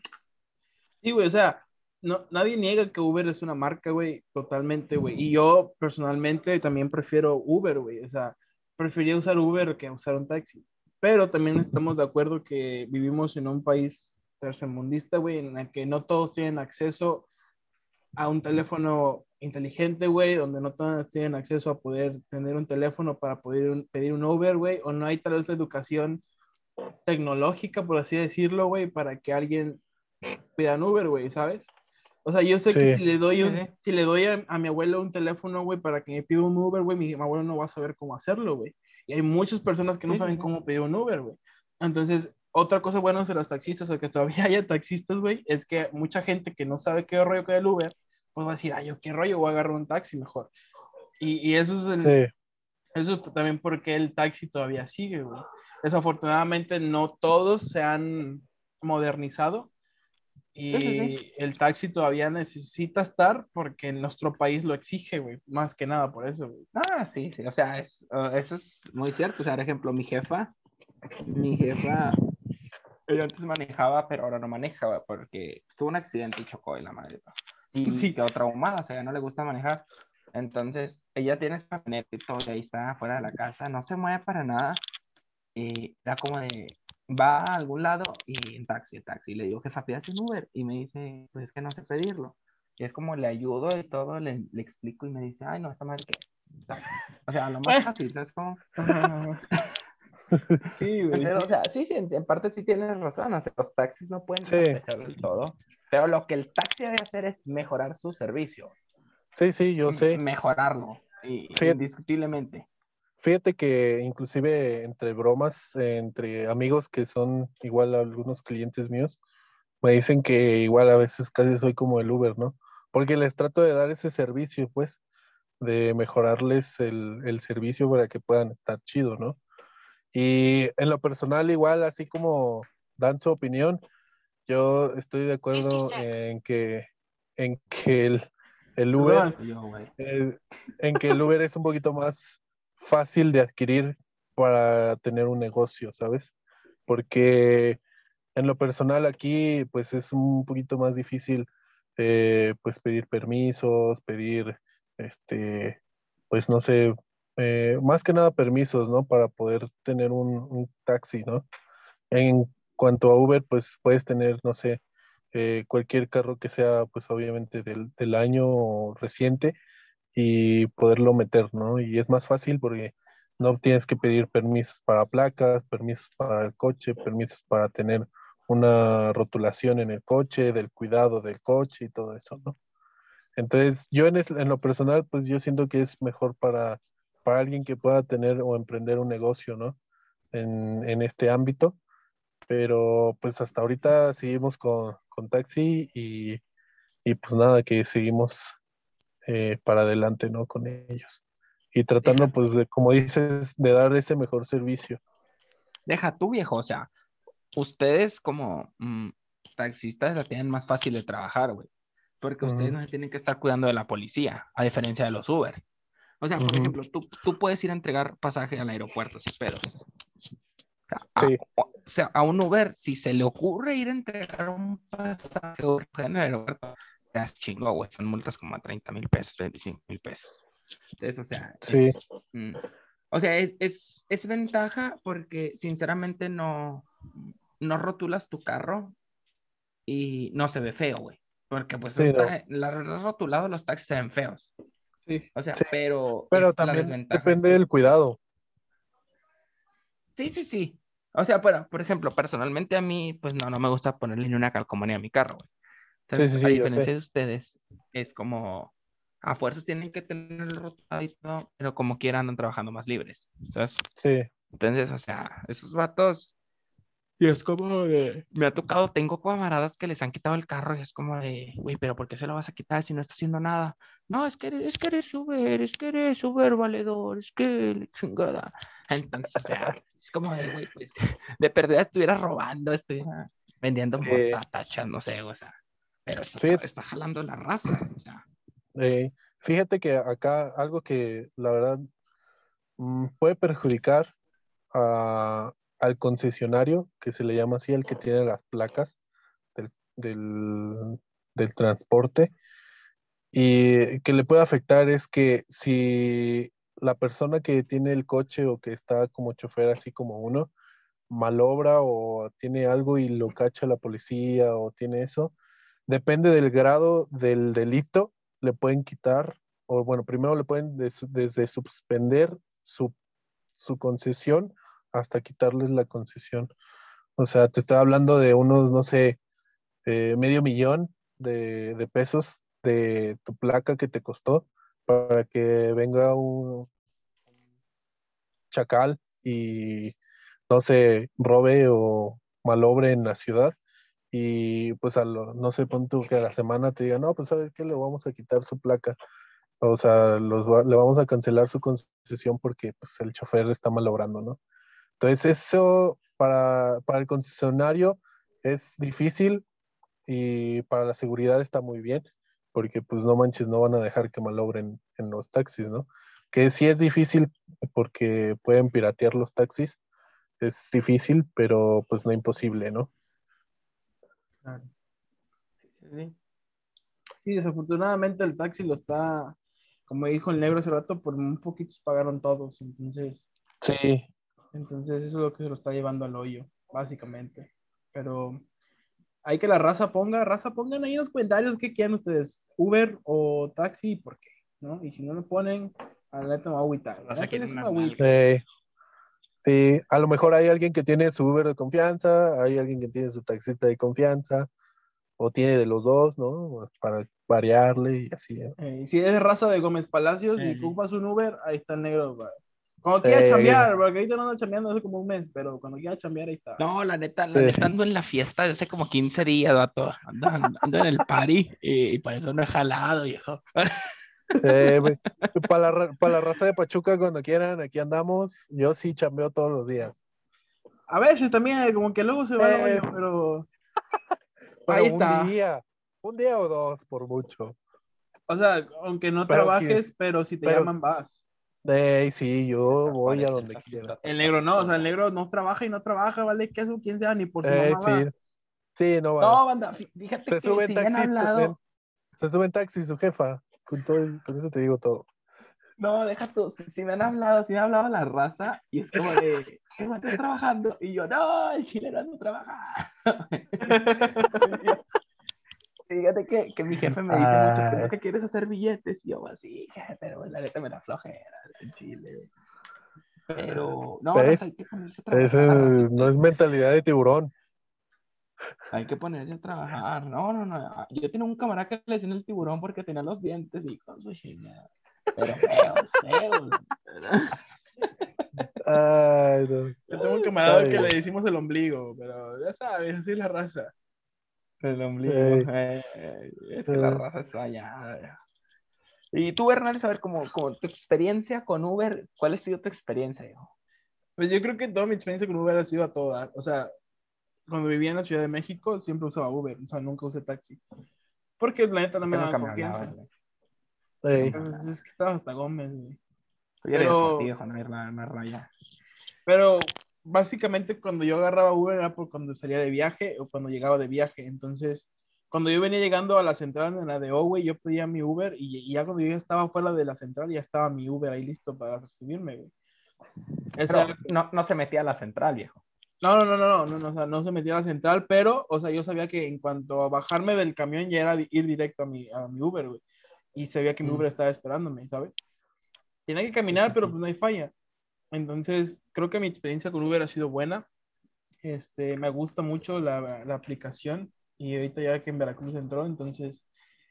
Sí, güey, o sea, no, nadie niega que Uber es una marca, güey, totalmente, güey. Y yo personalmente también prefiero Uber, güey. O sea, preferiría usar Uber que usar un taxi. Pero también estamos de acuerdo que vivimos en un país tercermundista, güey, en el que no todos tienen acceso a un teléfono inteligente, güey, donde no todos tienen acceso a poder tener un teléfono para poder un- pedir un Uber, güey, o no hay tal vez la educación tecnológica, por así decirlo, güey, para que alguien pida un Uber, güey, ¿sabes? O sea, yo sé que Sí. si le doy sí, sí, un, sí. si le doy a, a mi abuelo un teléfono, güey, para que me pida un Uber, güey, mi, mi abuelo no va a saber cómo hacerlo, güey. Y hay muchas personas que no Sí, sí, saben sí. cómo pedir un Uber, güey. Entonces, otra cosa buena de los taxistas, o que todavía haya taxistas, güey, es que mucha gente que no sabe qué rollo con el Uber, pues va a decir, ay, yo qué rollo, voy a agarrar un taxi mejor. Y, y eso es el, Sí. eso es también porque el taxi todavía sigue, güey. Desafortunadamente no todos se han modernizado Sí, sí, sí. y el taxi todavía necesita estar porque nuestro país lo exige, güey. Más que nada por eso, güey. Ah, sí, sí, o sea, es, uh, eso es muy cierto. O sea, por ejemplo, mi jefa, mi jefa, ella antes manejaba, pero ahora no manejaba porque tuvo un accidente y chocó y la madre. Y Sí, quedó traumada, o sea, no le gusta manejar. Entonces, ella tiene su camioneta y todo, y ahí está fuera de la casa, no se mueve para nada. Y era como de, va a algún lado y en taxi, en taxi. Y le digo, jefa, pidas un Uber. Y me dice, pues es que no sé pedirlo. Y es como le ayudo y todo, le, le explico y me dice, ay, no, esta madre que taxi. O sea, lo más bueno. fácil, ¿sabes cómo? Sí, güey, Entonces, sí. o sea, sí, sí, en, en parte sí tienes razón. O sea, los taxis no pueden Sí. desaparecer del todo. Pero lo que el taxi debe hacer es mejorar su servicio. Sí, sí, yo M- sé. Mejorarlo, y, Fíjate, indiscutiblemente. fíjate que inclusive entre bromas, eh, entre amigos que son igual algunos clientes míos, me dicen que igual a veces casi soy como el Uber, ¿no? Porque les trato de dar ese servicio, pues, de mejorarles el, el servicio para que puedan estar chido, ¿no? Y en lo personal, igual, así como dan su opinión, yo estoy de acuerdo en que, en que el, el Uber, Perdón. Yo, güey. eh, en que el Uber es un poquito más fácil de adquirir para tener un negocio, ¿sabes? Porque en lo personal aquí, pues es un poquito más difícil, eh, pues pedir permisos, pedir, este, pues no sé, eh, más que nada permisos, ¿no? Para poder tener un, un taxi, ¿no? En cuanto a Uber, pues puedes tener, no sé, eh, cualquier carro que sea, pues obviamente del, del año reciente y poderlo meter, ¿no? Y es más fácil porque no tienes que pedir permisos para placas, permisos para el coche, permisos para tener una rotulación en el coche, del cuidado del coche y todo eso, ¿no? Entonces, yo en, es- en lo personal, pues yo siento que es mejor para, para alguien que pueda tener o emprender un negocio, ¿no? En, en este ámbito, pero pues hasta ahorita seguimos con, con taxi y, y pues nada, que seguimos eh, para adelante, ¿no? Con ellos. y tratando, Deja, pues, de, como dices, de dar ese mejor servicio. deja tú, viejo, o sea, ustedes como mm, taxistas la tienen más fácil de trabajar, güey, porque ustedes Ujú, no se tienen que estar cuidando de la policía, a diferencia de los Uber. O sea, por ujú. ejemplo, tú, tú puedes ir a entregar pasaje al aeropuerto sin pedos. A, Sí, o sea, a un Uber, si se le ocurre ir a entregar un pasaje en el aeropuerto, te das chingo, güey. Son multas como a treinta mil pesos, veinticinco mil pesos. Entonces, o sea, sí, es, mm, o sea, es, es, es ventaja porque sinceramente no, no rotulas tu carro y no se ve feo, güey. Porque pues sí, un no. ta- la, los rotulados los taxis se ven feos. Sí. O sea, Sí, pero pero es la también desventaja es depende que del cuidado. sí, sí, sí. O sea, bueno, por ejemplo, personalmente a mí, pues no, no me gusta ponerle ni una calcomanía a mi carro, güey. Sí, Entonces, sí, a sí, yo sé. diferencia de ustedes, es como, a fuerzas tienen que tener el rotado y todo, pero como quiera andan trabajando más libres, ¿sabes? Sí, Entonces, o sea, esos vatos, y es como de, me ha tocado, tengo camaradas que les han quitado el carro y es como de, güey, pero ¿por qué se lo vas a quitar si no está haciendo nada? No, es que eres, es que eres Uber, es que eres Uber valedor, es que la chingada. Entonces, o sea, es como de, güey, pues, de perdida estuviera robando, estuviera vendiendo sí, mota, tachas, no sé, o sea, pero está, tra- fíjate, está jalando la raza, o sea, eh, fíjate que acá algo que la verdad mm, puede perjudicar a- al concesionario, que se le llama así, el que tiene las placas del, del, del transporte, y que le puede afectar es que si la persona que tiene el coche o que está como chofer así como uno, malobra o tiene algo y lo cacha la policía o tiene eso, depende del grado del delito, le pueden quitar, o bueno, primero le pueden des- desde suspender su, su concesión hasta quitarles la concesión. O sea, te estoy hablando de unos, no sé, eh, medio millón de, de pesos de tu placa que te costó para que venga un chacal y no se robe o malobre en la ciudad y pues a lo, no sé, pon tú que a la semana te digan, no, pues sabes qué, le vamos a quitar su placa, o sea, los, va- le vamos a cancelar su concesión porque pues el chofer está malobrando, ¿no? Entonces eso para, para el concesionario es difícil y para la seguridad está muy bien, porque pues no manches, no van a dejar que malogren en los taxis, ¿no? Que sí es difícil porque pueden piratear los taxis, es difícil, pero pues no imposible, ¿no? Claro. Sí, sí, desafortunadamente el taxi lo está, como dijo el negro hace rato, por un poquito pagaron todos, entonces, Sí, entonces eso es lo que se lo está llevando al hoyo, básicamente. Pero hay que la raza ponga, raza pongan ahí en los comentarios qué quieren ustedes, Uber o taxi y por qué, ¿no? Y si no lo ponen, a la neta me va a agüitar. o La sea, neta yo quieren sí me unas agüito. nalgas. eh, sí, a lo mejor hay alguien que tiene su Uber de confianza, hay alguien que tiene su taxista de confianza, o tiene de los dos, ¿no? Para variarle y así, ¿no? Eh, si es raza de Gómez Palacios y Eh, ocupas un Uber, ahí está el negro. Va. Cuando quiera Eh, chambear, porque ahorita no anda chambeando hace como un mes, pero cuando quiera chambear, ahí está. no, la neta, la neta sí. ando en la fiesta de hace como quince días, vato. Ando, ando, ando en el party y, y por eso no he jalado, viejo. Eh, para la, ra- pa' la raza de Pachuca, cuando quieran, aquí andamos. Yo sí chambeo todos los días. A veces también, como que luego se va al Eh, hoyo, pero pero ahí un está. día, un día o dos, por mucho. O sea, aunque no Pero, qui- trabajes, pero si te pero, llaman, vas. eh, sí, yo Por voy a eso el donde quiera. taxista está El negro no, o sea, el cabezudo. negro no trabaja y no trabaja, vale, que eso, quién sea, ni por su Eh, mamá sí, va. sí, no va. No, banda, fí- fíjate Se que sube en si me han taxi, en- hablado, se sube en taxi su jefa. Con, todo el- con eso te digo todo. no, deja tú, si, si me han hablado, si me ha hablado la raza y es como de, ¿qué más estás trabajando? Y yo, no, el chileno no trabaja. Y yo, fíjate que, que mi jefe me dice mucho, tú lo Ay, que quieres es hacer billetes. Y yo, así, jefe, pero la neta me da flojera en Chile. Pero, no, raza, ¿ves? hay que ponerse a Ese trabajar, no racita. es mentalidad de tiburón. Hay que ponerse a trabajar. No, no, no. Yo tenía un camarada que le decían el tiburón porque tenía los dientes y con su chingada. Pero feos, feos. Ay, no. Yo tengo un camarada que Ay, le decimos el ombligo, pero ya sabes, así es la raza. El ombligo. ay, eh, eh, es que la ay. raza está allá. Y tú, Bernal, saber como, como tu experiencia con Uber, ¿cuál ha sido tu experiencia, hijo? Pues yo creo que toda mi experiencia con Uber ha sido a todo dar. O sea, cuando vivía en la Ciudad de México, siempre usaba Uber. O sea, nunca usé taxi. Porque la neta no me Porque daba nunca me hablabas, confianza. güey. Ey, Nunca me Pues hablabas. es que estaba hasta Gómez, güey. Tú ya eres por ti, Pero, hijo, no ir la más raya. pero básicamente cuando yo agarraba Uber era por cuando salía de viaje o cuando llegaba de viaje. Entonces, cuando yo venía llegando a la central en la de O, güey, yo pedía mi Uber y, y ya cuando yo ya estaba fuera de la central, ya estaba mi Uber ahí listo para recibirme, güey. O sea, Pero no, no se metía a la central, viejo. no, no, no, no, no, no, o sea, no se metía a la central, pero, o sea, yo sabía que en cuanto a bajarme del camión ya era di- ir directo a mi, a mi Uber, güey. Y sabía que mi Mm. Uber estaba esperándome, ¿sabes? Tenía que Sí, caminar, sí, pero sí. pues no hay falla. Entonces, creo que mi experiencia con Uber ha sido buena. Este, me gusta mucho la, la aplicación y ahorita ya que en Veracruz entró, entonces,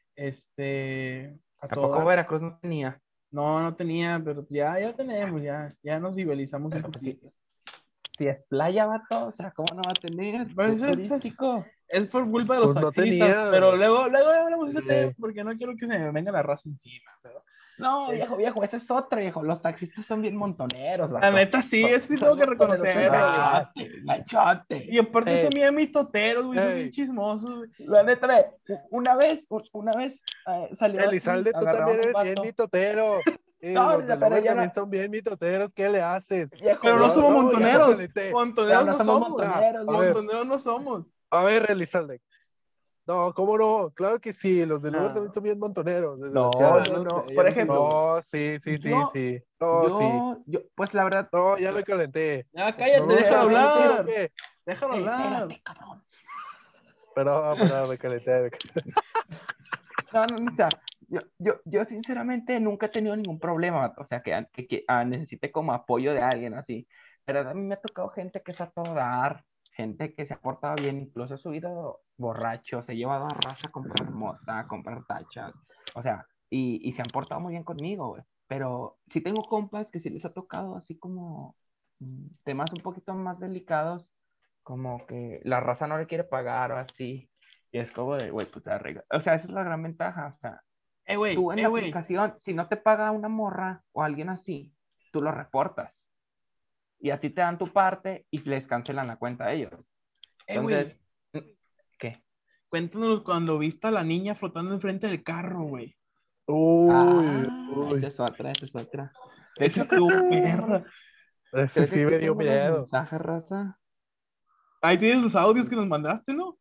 este, a ¿A todo poco dar. Veracruz no tenía? No, no tenía, pero ya, ya tenemos, ya, ya nos civilizamos un Pero pues sí, poquito. si es playa, vato, o sea, ¿cómo no va a tener? Pues Es es, es- turístico. es por culpa de los pues no taxistas, tenía. pero luego, luego hablamos de ese tema eh, porque no quiero que se me venga la raza encima. Pero, No, eh, viejo, viejo, ese es otro, viejo. Los taxistas son bien montoneros, la vato. neta sí, Son, eso sí son tengo que montoneros, reconocerlo, güey. gachote, gachote. Y aparte son ey, bien mitoteros, güey, son bien ey, chismosos, güey. La neta, ve, u- una vez, u- una vez eh, salió así, Elizalde, tú también agarraron un eres bien vato. mitotero. Y No, los no, del pero Uber ya no, también son bien mitoteros. ¿Qué le haces? viejo, Pero no No, somos viejo, no, ya me viejo. montoneros, calenté. Pero montoneros no no somos somos, Nah, montoneros, a ver, viejo. montoneros no somos. a ver, Elizalde. No, ¿cómo no? Claro que sí, los del Uber Ah, también son bien montoneros, No, ah, desgraciado. no, no no. sé, yo Por no soy de ejemplo, Uber. No, sí, sí, sí, yo, sí. No, sí. yo, yo, pues la verdad, No, ya me calenté. Ya No, cállate, no, déjalo ¿sabes qué? ¿Sabes hablar, qué? déjalo eh, hablar. espérate, cabrón. Perdón, perdón, me calenté. me calenté. No, no, no, o sea, yo, yo, yo sinceramente nunca he tenido ningún problema, o sea, que, que, que ah, necesite como apoyo de alguien así. Pero a mí me ha tocado gente que es a todo dar, gente que se ha portado bien, incluso ha subido borracho, se ha llevado a raza a comprar mota, a comprar tachas, o sea, y, y se han portado muy bien conmigo, güey. Pero sí tengo compas que sí les ha tocado así como mm, temas un poquito más delicados, como que la raza no le quiere pagar o así. Y es como de, güey, pues arregla. O sea, esa es la gran ventaja. O sea, Eh, güey, tú en eh, la güey. aplicación, si no te paga una morra o alguien así, tú lo reportas. Y a ti te dan tu parte y les cancelan la cuenta a ellos. Eh, Entonces, güey. ¿qué? Cuéntanos cuando viste a la niña flotando enfrente del carro, güey. Uy, Ah, esa uy. es otra, esa es otra. De Esa hecho, creo estuvo que aquí tengo los, perra. Ese creo que sí aquí me dio tengo los miedo. mensajes, raza. Ahí tienes los audios que nos mandaste, ¿no?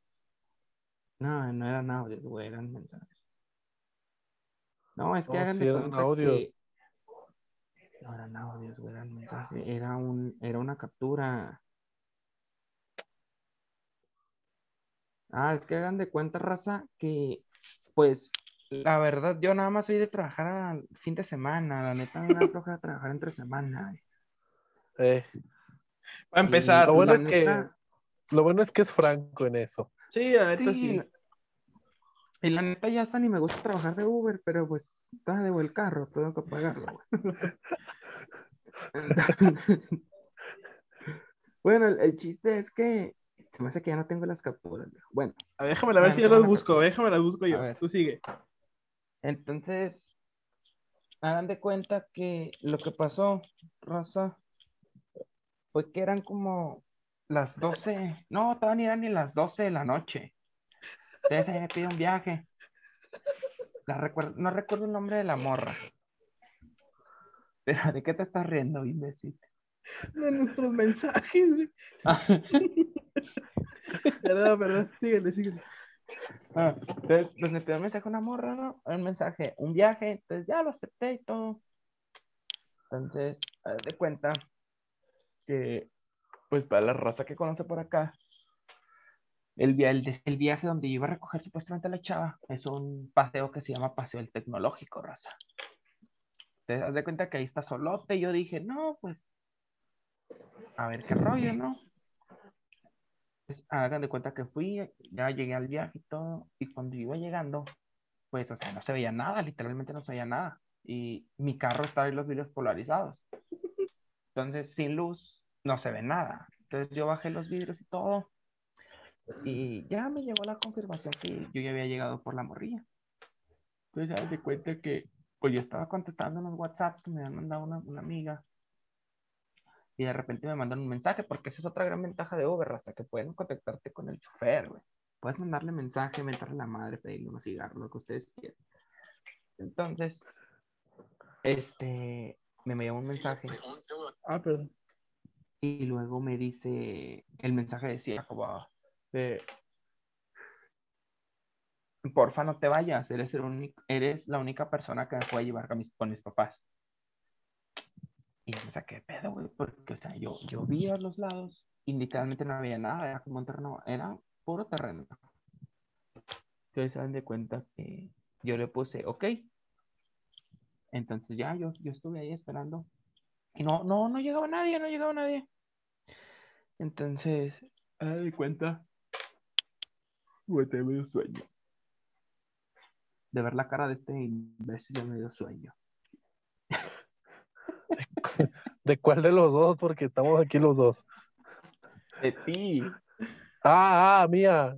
No, no eran audios, güey, eran mensajes. No, es que No, hagan sí de eran cuenta audios. que no eran audios, güey, eran mensajes. Era un, era una captura. Ah, es que hagan de cuenta, raza, que pues la verdad yo nada más soy de trabajar al fin de semana, la neta me da flojera trabajar entre semana. Eh, Para Y, lo empezar. y bueno la es que, neta, lo bueno es que es franco en eso. Sí, la neta sí, sí. la- y la neta ya hasta ni me gusta trabajar de Uber, pero pues está debo el carro, tengo que pagarlo, güey. Bueno, el, el chiste es que se me hace que ya no tengo las capturas, viejo. Bueno, A ver, déjame a no, ver ya si no yo tengo las una busco. captura. Déjame las busco A yo. ver, Tú sigue. entonces, hagan de cuenta que lo que pasó, raza, fue que eran como las doce, no, todavía ni eran ni las doce de la noche. Entonces ahí me pide un viaje. La recuerdo, no recuerdo el nombre de la morra. Pero ¿de qué te estás riendo, imbécil? De nuestros mensajes, güey. Perdón, perdón. Síguele, síguele. Ah, entonces, pues me pidió un mensaje una morra, ¿no? Un mensaje, un viaje, entonces ya lo acepté y todo. Entonces, haz de cuenta que, pues para la raza que conoce por acá, el, via- el, des- el viaje donde yo iba a recoger supuestamente a la chava es un paseo que se llama Paseo del Tecnológico, raza. Te das de cuenta que ahí está solote. Y yo dije, no, pues, a ver qué rollo, ¿no? Pues, hagan de cuenta que fui, ya llegué al viaje y todo. Y cuando iba llegando, pues, o sea, no se veía nada, literalmente no se veía nada. Y mi carro estaba en los vidrios polarizados. Entonces, sin luz, no se ve nada. Entonces, yo bajé los vidrios y todo. Y ya me llegó la confirmación que yo ya había llegado por la morrilla. Entonces, haz de cuenta que pues yo estaba contestando en los WhatsApp que me habían mandado una, una amiga. Y de repente me mandan un mensaje, porque esa es otra gran ventaja de Uber, raza, que pueden contactarte con el chofer, güey. Puedes mandarle mensaje, mentarle la madre, pedirle unos cigarros, lo que ustedes quieran. Entonces, este, me, me llegó un mensaje. Ah, perdón. Y luego me dice, el mensaje decía como, eh, porfa no te vayas, eres, el único, eres la única persona que me puede llevar con mis, con mis papás. Y me saqué de pedo, güey, porque, o sea, yo, yo vi a los lados y literalmente no había nada, era como un terreno, era puro terreno. Entonces se dan de cuenta que yo le puse, ok. Entonces ya yo, yo estuve ahí esperando. Y no, no, no llegaba nadie, no llegaba nadie. Entonces, se dan de cuenta, güey, te medio sueño. De ver la cara de este imbécil ya me dio sueño. ¿De cuál de los dos? Porque estamos aquí los dos. De ti. Ah, ah, mía.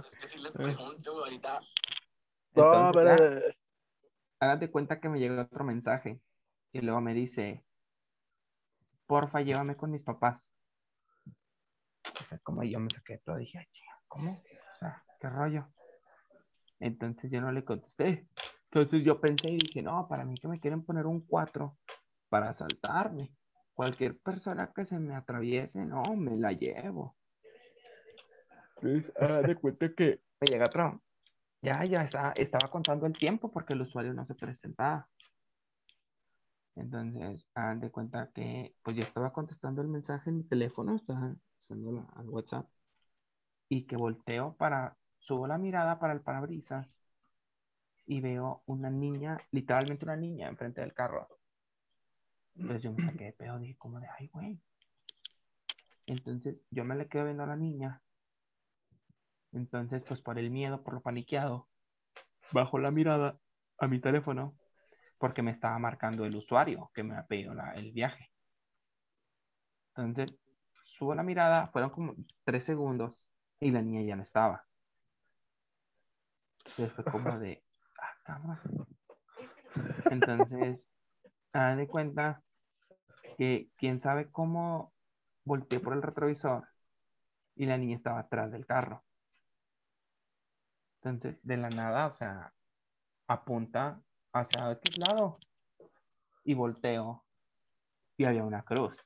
No, Entonces ya, pero... hágate cuenta que me llegó otro mensaje. Y luego me dice, porfa, llévame con mis papás. O sea, como yo me saqué de todo, dije, "Ay, chinga, ¿cómo? O sea, ¿qué rollo?" Entonces yo no le contesté. Entonces yo pensé y dije, no, para mí que me quieren poner un cuatro para asaltarme. Cualquier persona que se me atraviese, no, me la llevo. Entonces, haz de cuenta que me llega otro. Ya, ya estaba, estaba contando el tiempo porque el usuario no se presentaba. Entonces, haz de cuenta que pues yo estaba contestando el mensaje en mi teléfono, estaba haciendo al WhatsApp, y que volteo para, subo la mirada para el parabrisas y veo una niña, literalmente una niña enfrente del carro. Entonces yo me saqué de pedo, dije como de, ay, güey. Entonces yo me le quedo viendo a la niña. Entonces, pues por el miedo, por lo paniqueado, bajo la mirada a mi teléfono porque me estaba marcando el usuario que me ha pedido la, el viaje. Entonces, subo la mirada, fueron como tres segundos y la niña ya no estaba. Entonces fue como de, ah, cabrón. Entonces, haz de cuenta que quién sabe cómo volteé por el retrovisor y la niña estaba atrás del carro. Entonces, de la nada, o sea, apunta hacia aquel lado y volteo y había una cruz.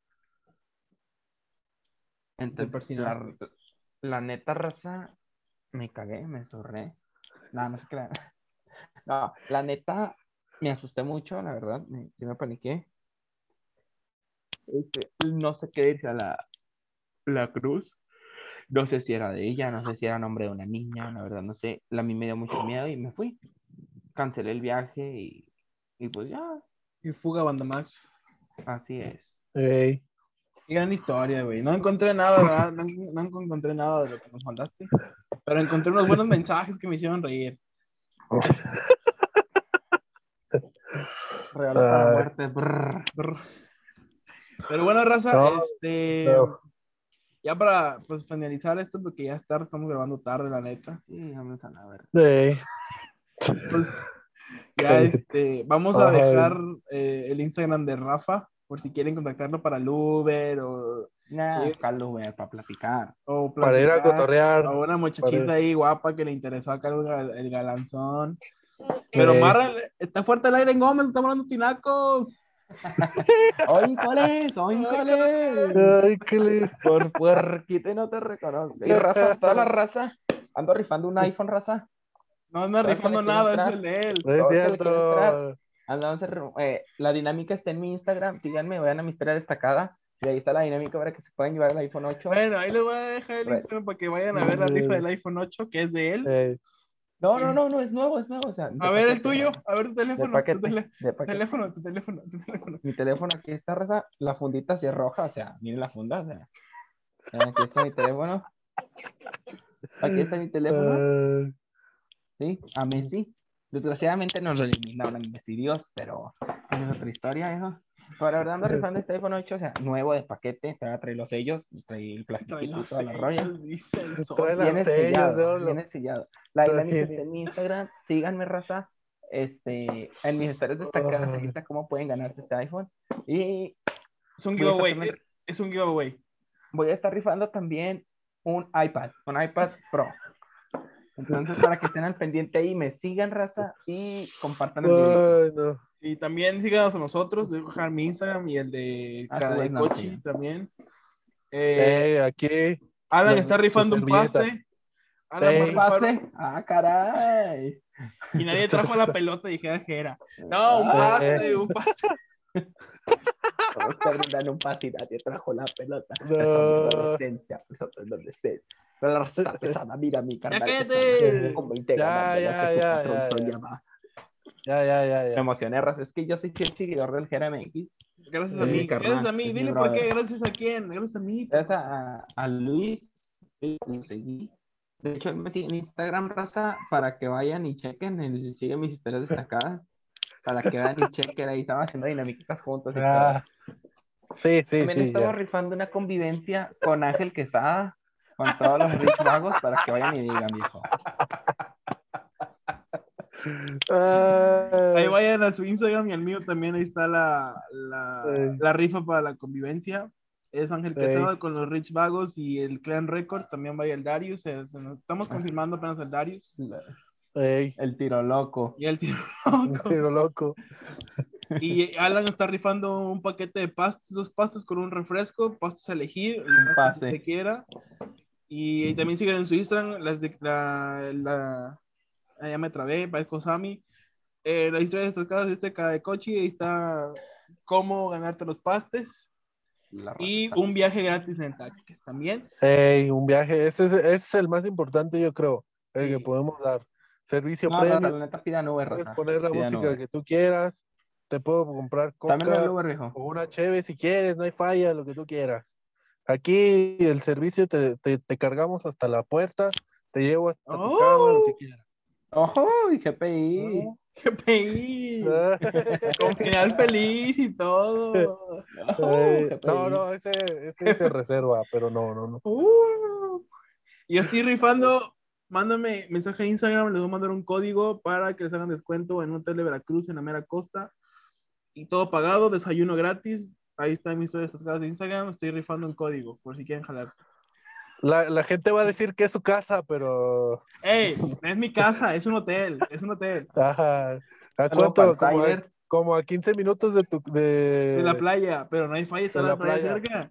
Te Entonces, la, persinaste. la neta raza, me cagué, me zurré. Nada, no se crean. No, la neta, me asusté mucho, la verdad, me, sí me paniqué. Este, no sé qué decía la, la cruz. No sé si era de ella, no sé si era nombre de una niña, la verdad, no sé. La, a mí me dio mucho miedo y me fui. Cancelé el viaje y, y pues ya, Y fuga, Bandamax. así es. Ey. Qué gran historia, güey. No encontré nada, ¿verdad? No, no encontré nada de lo que nos mandaste. Pero encontré unos buenos mensajes que me hicieron reír. Regalo para la Ay, muerte. Brr. Brr. Pero bueno, raza, no, este. no. Ya para pues, finalizar esto, porque ya es tarde, estamos grabando tarde, la neta. Sí, vamos a ver. Ey. Pues, ya Cállate. este, vamos a Ay, dejar eh, el Instagram de Rafa, por si quieren contactarlo para el Uber o, Nah, sí, Carlos, güey, para platicar. o para ir a platicar, cotorrear. o una Para ir- muchachita ahí guapa que le interesó acá el, gal- el galanzón. Pero Ey. Marra, está fuerte el aire en Gómez, estamos hablando tinacos. ¡Oíncoles! Ay, ¡Oíncoles! Ay, qué le... Por puerquito y no te reconozco. Y raza, toda la raza. Ando rifando un iPhone, raza. no anda Todo el que rifando le quiera nada, es entrar. el de él. No es Todo el que le quiera entrar. cierto. Andamos a re- eh, la dinámica está en mi Instagram. Síganme, vayan a mi historia destacada. Y ahí está la dinámica para que se puedan llevar el iPhone ocho. Bueno, ahí les voy a dejar el Re- Instagram para que vayan a ver la rifa del iPhone ocho, que es de él. Ey. No, no, no, no, es nuevo, es nuevo. O sea, de A ver el paquete, tuyo, raza. a ver tu De teléfono, tu, paquete, tele- de tu paquete. teléfono, tu teléfono, tu teléfono. Mi teléfono aquí está, raza. La fundita sí es roja, o sea, miren la funda, o sea. Aquí está mi teléfono. Aquí está mi teléfono. Ay. Sí, a Messi. Desgraciadamente nos lo eliminaron a Messi Dios, pero esa es otra historia, eso. Pero la verdad ando rifando este iPhone ocho, o sea, nuevo de paquete, te va a traer los sellos, trae el Trae plastiquito y los toda la roya. sellos, dice el Trae sol. las Viene sellas de sellado, oro. viene sellado. La Está dinámica está genial. en mi Instagram, síganme, raza. este, en mis historias destacadas, ahí Ay. está cómo pueden ganarse este iPhone. Y Es un voy a estar giveaway. también- Es un giveaway. voy a estar rifando también un iPad, un iPad Pro. Entonces, para que estén al pendiente ahí, me sigan, raza, y compartan el video. Ay, no. Y también síganos a nosotros. Dejo dejar mi Instagram y el de A Cara su de vez, no lo Cochi sigan. también. Eh, Ey, aquí. Alan la- está su rifando un servilleta. paste. Alan va a Ey. rifar Pase. Ah, caray. y nadie trajo la pelota y dijera que era. No, un Ah, paste, un paste. Todos te brindan un pase y nadie trajo la pelota. No. Eso no es adolescencia, eso no es adolescencia. Pero la raza está pesada, mira mi carnal cállate. pesado. Con veinte Ya, ganando ya, lo que su ya, patrón ya, ya. soñaba. Ya, ya, ya, Me ya. emocioné, raza. Es que yo soy fiel seguidor del Jera M X. Gracias a Eh, mí. mi carnal, Gracias a mí. es mi Dile por qué. brother. Gracias a quién. Gracias a mí. Gracias a, a Luis, lo seguí. De hecho, él me sigue en Instagram, raza, para que vayan y chequen. Él sigue mis historias destacadas. Para que vean y chequen. Ahí estamos haciendo dinámicas juntos y todo. Ah. Sí, sí, También sí, estamos ya. rifando una convivencia con Ángel Quesada, con todos los rich vagos, para que vayan y digan, viejo. Ay. Ahí vayan a su Instagram y al mío también. Ahí está la, la, Ey. la rifa para la convivencia. Es Ángel Ey. Quesada con los Rich Vagos y el Clan Record. También vaya el Darius. Se- se nos- estamos confirmando apenas el Darius. Ey. El tiro loco. Y el tío Un loco. tiro loco. Y Alan está rifando un paquete de pastas, dos pastas con un refresco, pastas a elegir, el Un pase pase. que quiera. Y también siguen en su Instagram las de la, la ah, ya me trabé, parezco Sammy. Eh, la historia destacadas de este cada de Cochi, ahí está cómo ganarte los pastes La raza y está un viaje gratis en taxi también. Ey, un viaje. Ese es, ese es el más importante, yo creo. El Sí. que podemos dar. Servicio No, raza, premium. la neta, pidan Uber, Puedes raza. poner la Pidan música Uber. que tú quieras. Te puedo comprar También el coca Uber, viejo. o una cheve si quieres. No hay falla, lo que tú quieras. Aquí el servicio te, te, te cargamos hasta la puerta. Te llevo hasta tu ¡Oh! cama, lo que quieras. ¡Ojo! Y G P I. ¡Qué P I! Ah. Con final feliz y todo. ¡Ojo! Eh, G P I. no, no, ese, ese se reserva, pero no, no, no. Uh. Yo estoy rifando. Mándame mensaje a Instagram, les voy a mandar un código para que les hagan descuento en un hotel de Veracruz en la mera costa. Y todo pagado, desayuno gratis. Ahí están mis historias destacadas de Instagram. Estoy rifando un código por si quieren jalarse. La, la gente va a decir que es su casa, pero. ¡Ey! No es mi casa, es un hotel. Es un hotel. Ajá. ¿A Saludo cuánto? pa'l Como a, Cider. como a quince minutos de tu. De, De la playa, pero no hay falla, está de la, la playa, playa. cerca.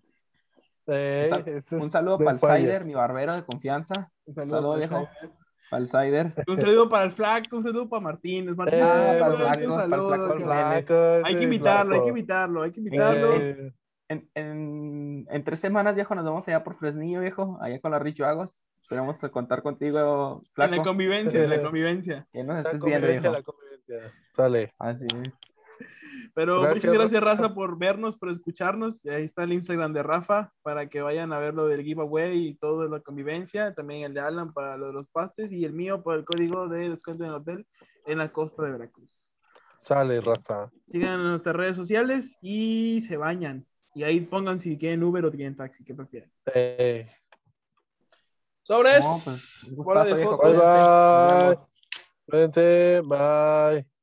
Eh, Un, sal- ese es un saludo de para el falla. Cider, mi barbero de confianza. Un Saludo, saludo, viejo. para el Para el Cider. Cider. Un saludo para el flaco, un saludo para Martínez. Martínez, Eh, Ah, un para el saludo, flaco, para el un flaco saludo. Al Jiménez. flaco, Hay ese que invitarlo, hay que flaco. invitarlo, hay que invitarlo. Eh, En, en, en tres semanas, viejo, nos vemos allá por Fresnillo, viejo. Allá con la Rich Vagos. Esperamos contar contigo, En la flaco. convivencia, en la convivencia. Que nos la estés viendo, convivencia, viejo. la convivencia. Sale. Así es. Pero Gracias, muchas gracias, Rafa. Raza, por vernos, por escucharnos. Ahí está el Instagram de Rafa para que vayan a ver lo del giveaway y todo de la convivencia. También el de Alan para lo de los pastes y el mío por el código de descuento en el hotel en la costa de Veracruz. Sale, raza. Sigan en nuestras redes sociales y se bañan. Y ahí pongan si quieren Uber o quieren taxi, ¿qué prefieren? Eh, Sobres. No, pues, un Bola de gustazo, viejo. jotos. bye, Cuídense. Nos bye. vemos. Cuídense. Bye.